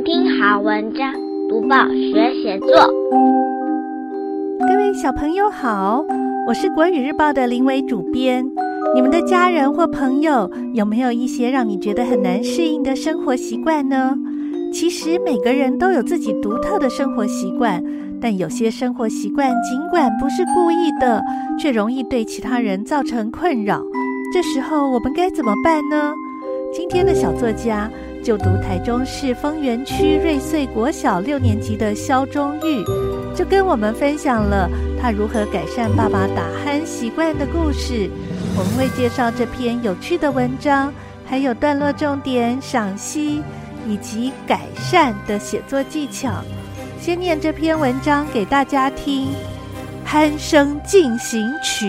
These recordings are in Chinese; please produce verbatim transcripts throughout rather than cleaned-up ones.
听好文章，读报学写作。 各位小朋友好，我是国语日报的林伟主编。你们的家人或朋友有没有一些让你觉得很难适应的生活习惯呢？其实每个人都有自己独特的生活习惯，但有些生活习惯尽管不是故意的，却容易对其他人造成困扰。这时候我们该怎么办呢？今天的小作家就读台中市丰原区瑞穗国小六年级的萧忠玉，就跟我们分享了他如何改善爸爸打鼾习惯的故事。我们会介绍这篇有趣的文章，还有段落重点、赏析以及改善的写作技巧。先念这篇文章给大家听，《鼾声进行曲》。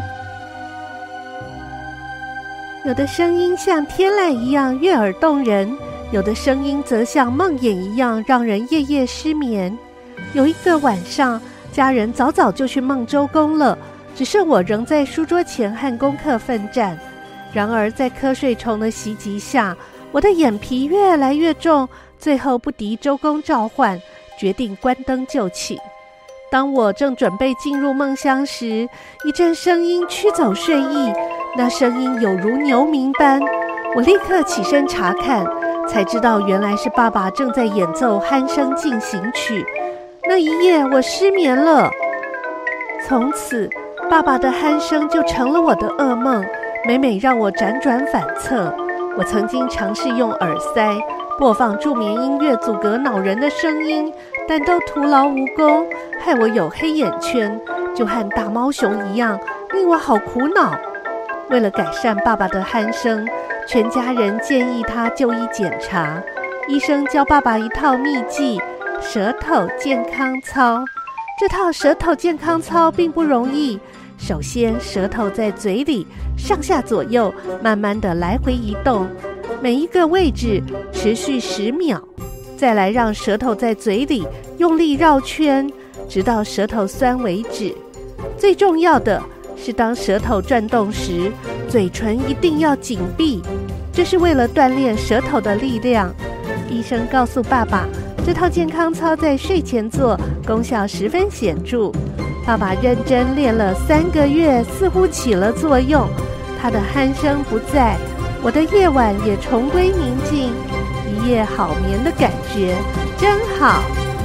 有的声音像天籁一样悦耳动人，有的声音则像梦魇一样让人夜夜失眠。有一个晚上，家人早早就去孟州宫了，只剩我仍在书桌前和功课奋战。然而在瞌睡虫的袭击下，我的眼皮越来越重，最后不敌周公召唤，决定关灯就寝。当我正准备进入梦乡时，一阵声音驱走睡意，那声音有如牛鸣般。我立刻起身查看，才知道原来是爸爸正在演奏鼾声进行曲。那一夜我失眠了，从此爸爸的鼾声就成了我的噩梦，每每让我辗转反侧。我曾经尝试用耳塞播放助眠音乐阻隔恼人的声音，但都徒劳无功，害我有黑眼圈，就和大猫熊一样，令我好苦恼。为了改善爸爸的鼾声，全家人建议他就医检查。医生教爸爸一套秘技，舌头健康操。这套舌头健康操并不容易，首先舌头在嘴里上下左右慢慢的来回移动，每一个位置持续十秒，再来让舌头在嘴里用力绕圈，直到舌头酸为止。最重要的是当舌头转动时，嘴唇一定要紧闭，这是为了锻炼舌头的力量。医生告诉爸爸，这套健康操在睡前做，功效十分显著。爸爸认真练了三个月，似乎起了作用，他的鼾声不在，我的夜晚也重归宁静，一夜好眠的感觉真好。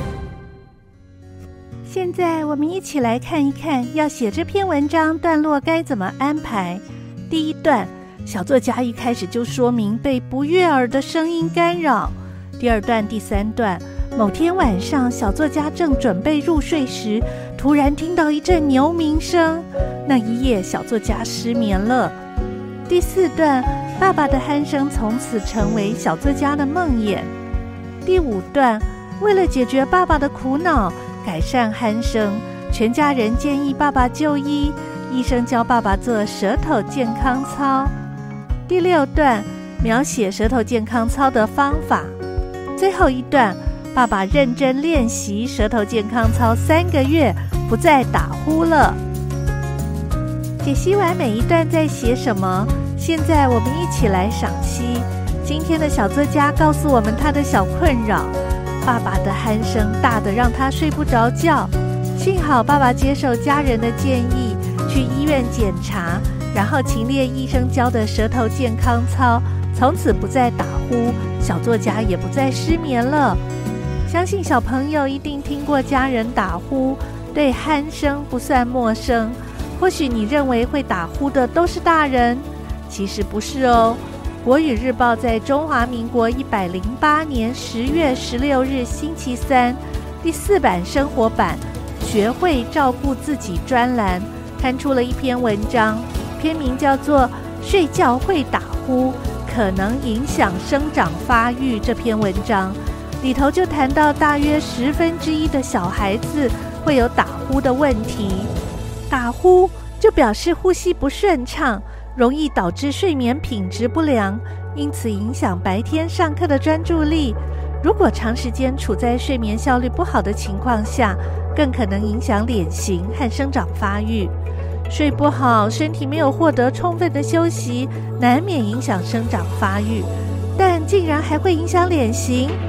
现在我们一起来看一看，要写这篇文章段落该怎么安排。第一段，小作家一开始就说明被不悦耳的声音干扰。第二段、第三段，某天晚上，小作家正准备入睡时，突然听到一阵牛鸣声。那一夜，小作家失眠了。第四段，爸爸的鼾声从此成为小作家的梦魇。第五段，为了解决爸爸的苦恼，改善鼾声，全家人建议爸爸就医，医生教爸爸做舌头健康操。第六段，描写舌头健康操的方法。最后一段，爸爸认真练习舌头健康操三个月，不再打呼了。解析完每一段在写什么，现在我们一起来赏析。今天的小作家告诉我们他的小困扰，爸爸的鼾声大得让他睡不着觉。幸好爸爸接受家人的建议，去医院检查，然后勤练医生教的舌头健康操，从此不再打呼，小作家也不再失眠了。相信小朋友一定听过家人打呼，对鼾声不算陌生。或许你认为会打呼的都是大人，其实不是哦。国语日报在中华民国一百零八年十月十六日星期三第四版生活版学会照顾自己专栏刊出了一篇文章，篇名叫做《睡觉会打呼可能影响生长发育》。这篇文章里头就谈到大约十分之一的小孩子会有打呼的问题。打呼就表示呼吸不顺畅，容易导致睡眠品质不良，因此影响白天上课的专注力。如果长时间处在睡眠效率不好的情况下，更可能影响脸型和生长发育。睡不好，身体没有获得充分的休息，难免影响生长发育，但竟然还会影响脸型。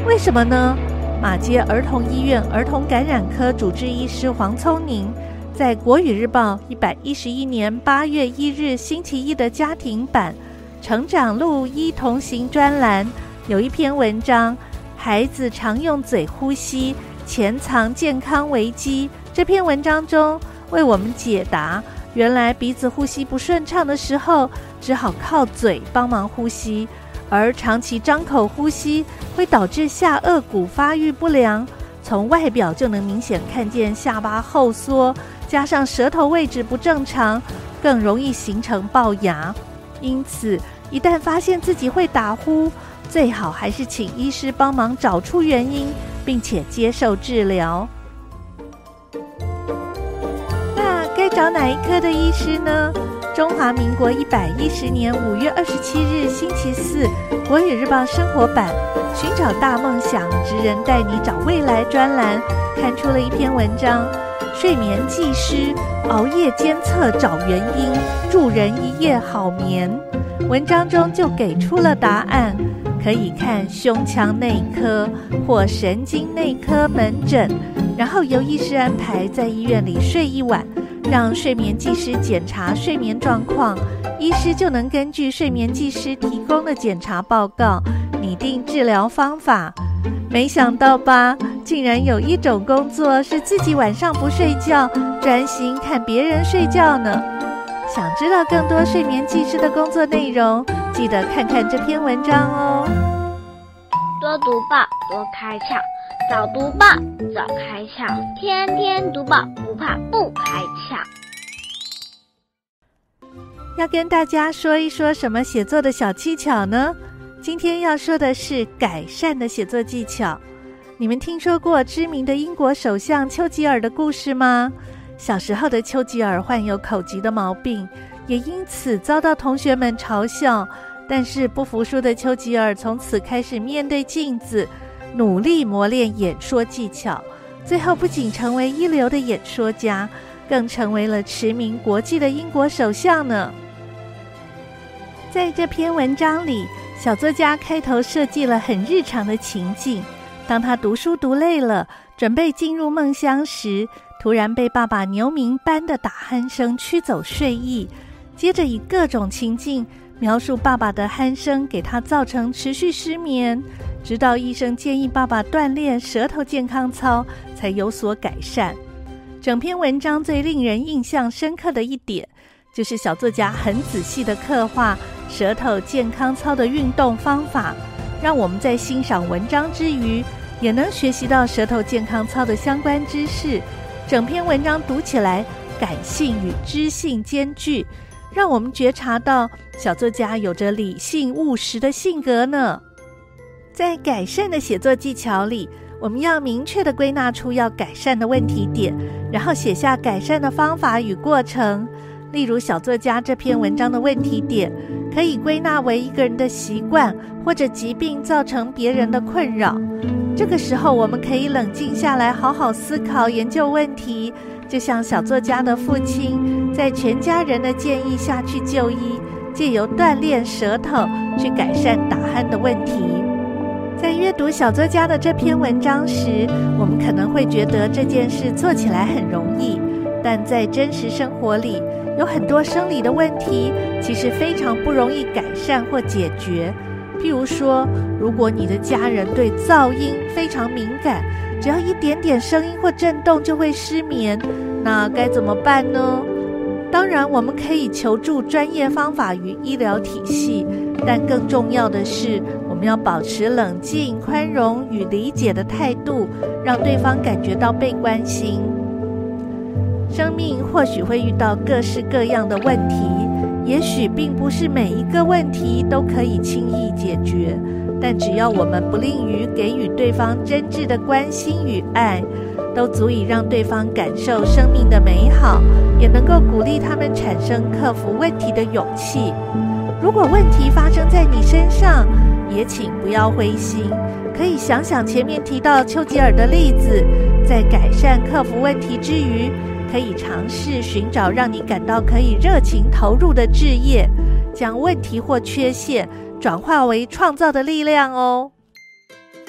为什么呢？马偕儿童医院儿童感染科主治医师黄聪宁在国语日报一百一十一年八月一日星期一的家庭版成长路医同行专栏有一篇文章，孩子常用嘴呼吸，潜藏健康危机。这篇文章中为我们解答，原来鼻子呼吸不顺畅的时候，只好靠嘴帮忙呼吸，而长期张口呼吸会导致下颚骨发育不良，从外表就能明显看见下巴后缩，加上舌头位置不正常，更容易形成龅牙。因此一旦发现自己会打呼，最好还是请医师帮忙找出原因，并且接受治疗。那该找哪一科的医师呢？中华民国一百一十年五月二十七日星期四，国语日报生活版寻找大梦想，职人带你找未来专栏看出了一篇文章，睡眠技师熬夜监测找原因，助人一夜好眠。文章中就给出了答案，可以看胸腔内科或神经内科门诊，然后由医师安排在医院里睡一晚，让睡眠技师检查睡眠状况，医师就能根据睡眠技师提供的检查报告拟定治疗方法。没想到吧，竟然有一种工作是自己晚上不睡觉，专心看别人睡觉呢。想知道更多睡眠技师的工作内容，记得看看这篇文章哦。 多读报，多开窍；早读报，早开窍；天天读报，不怕不开窍。 要跟大家说一说什么写作的小技巧呢？今天要说的是改善的写作技巧。你们听说过知名的英国首相丘吉尔的故事吗？小时候的丘吉尔患有口疾的毛病，也因此遭到同学们嘲笑。但是不服输的丘吉尔从此开始面对镜子，努力磨练演说技巧，最后不仅成为一流的演说家，更成为了驰名国际的英国首相呢。在这篇文章里，小作家开头设计了很日常的情境，当他读书读累了，准备进入梦乡时，突然被爸爸牛鸣般的打鼾声驱走睡意，接着以各种情境描述爸爸的鼾声给他造成持续失眠，直到医生建议爸爸锻炼舌头健康操才有所改善。整篇文章最令人印象深刻的一点，就是小作家很仔细地刻画舌头健康操的运动方法，让我们在欣赏文章之余，也能学习到舌头健康操的相关知识。整篇文章读起来感性与知性兼具，让我们觉察到小作家有着理性务实的性格呢。在改善的写作技巧里，我们要明确地归纳出要改善的问题点，然后写下改善的方法与过程。例如小作家这篇文章的问题点，可以归纳为一个人的习惯或者疾病造成别人的困扰。这个时候我们可以冷静下来，好好思考研究问题，就像小作家的父亲在全家人的建议下去就医，借由锻炼舌头去改善打鼾的问题。在阅读小作家的这篇文章时，我们可能会觉得这件事做起来很容易，但在真实生活里，有很多生理的问题其实非常不容易改善或解决。譬如说，如果你的家人对噪音非常敏感，只要一点点声音或震动就会失眠，那该怎么办呢？当然，我们可以求助专业方法与医疗体系，但更重要的是，我们要保持冷静、宽容与理解的态度，让对方感觉到被关心。生命或许会遇到各式各样的问题，也许并不是每一个问题都可以轻易解决，但只要我们不吝于给予对方真挚的关心与爱，都足以让对方感受生命的美好，也能够鼓励他们产生克服问题的勇气。如果问题发生在你身上，也请不要灰心，可以想想前面提到丘吉尔的例子，在改善克服问题之余，可以尝试寻找让你感到可以热情投入的志业，将问题或缺陷转化为创造的力量哦。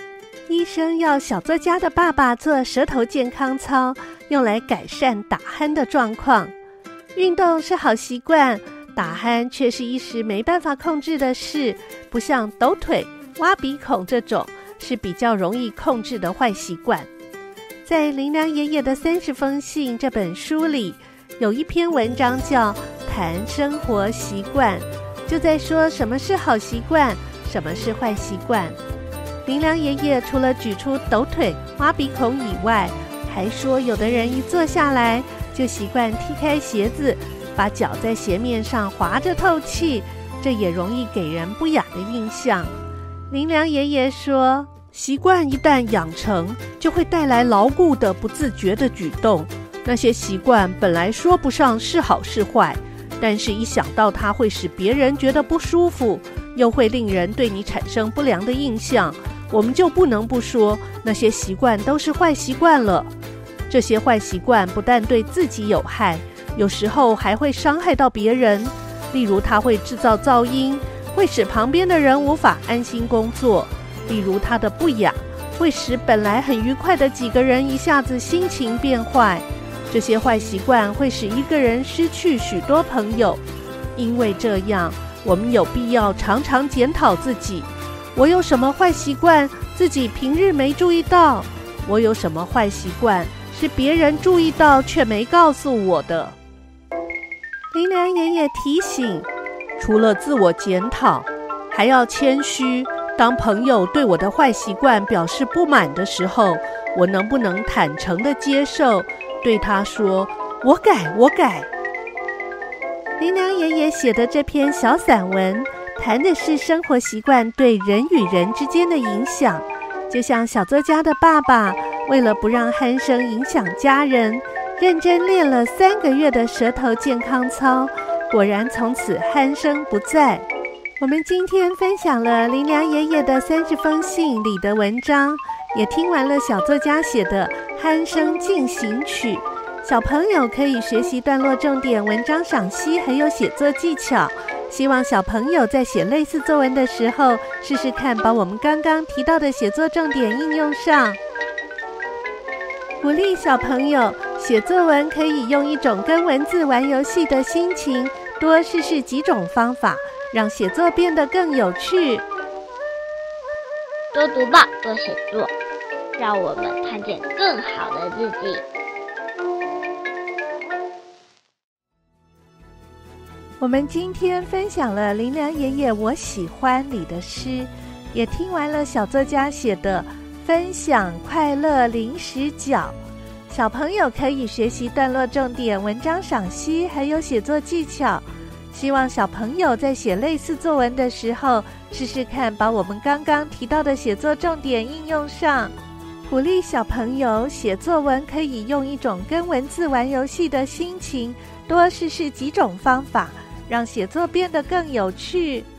医生要小作家的爸爸做舌头健康操，用来改善打鼾的状况。运动是好习惯，打鼾却是一时没办法控制的事，不像抖腿、挖鼻孔这种是比较容易控制的坏习惯。在林良爷爷的三十封信这本书里，有一篇文章叫《谈生活习惯》，就在说什么是好习惯，什么是坏习惯。林良爷爷除了举出抖腿、挖鼻孔以外，还说有的人一坐下来就习惯踢开鞋子，把脚在鞋面上滑着透气，这也容易给人不雅的印象。林良爷爷说，习惯一旦养成，就会带来牢固的不自觉的举动。那些习惯本来说不上是好是坏，但是一想到它会使别人觉得不舒服，又会令人对你产生不良的印象，我们就不能不说那些习惯都是坏习惯了。这些坏习惯不但对自己有害，有时候还会伤害到别人。例如它会制造噪音，会使旁边的人无法安心工作。例如它的不雅，会使本来很愉快的几个人一下子心情变坏。这些坏习惯会使一个人失去许多朋友。因为这样，我们有必要常常检讨自己，我有什么坏习惯自己平日没注意到？我有什么坏习惯是别人注意到却没告诉我的？林良爷爷提醒，除了自我检讨，还要谦虚。当朋友对我的坏习惯表示不满的时候，我能不能坦诚地接受，对他说，我改我改。林良爷爷写的这篇小散文谈的是生活习惯对人与人之间的影响。就像小作家的爸爸为了不让鼾声影响家人，认真练了三个月的舌头健康操，果然从此鼾声不再。我们今天分享了林良爷爷的三十封信里的文章，也听完了小作家写的鼾声进行曲。小朋友可以学习段落重点、文章赏析，还有写作技巧。希望小朋友在写类似作文的时候，试试看把我们刚刚提到的写作重点应用上。鼓励小朋友写作文可以用一种跟文字玩游戏的心情，多试试几种方法，让写作变得更有趣。 多读报，多写作，让我们看见更好的自己。 我们今天分享了林良爷爷我喜欢里的诗，也听完了小作家写的分享快乐零食角。小朋友可以学习段落重点、文章赏析，还有写作技巧。希望小朋友在写类似作文的时候，试试看把我们刚刚提到的写作重点应用上。鼓励小朋友写作文可以用一种跟文字玩游戏的心情，多试试几种方法，让写作变得更有趣。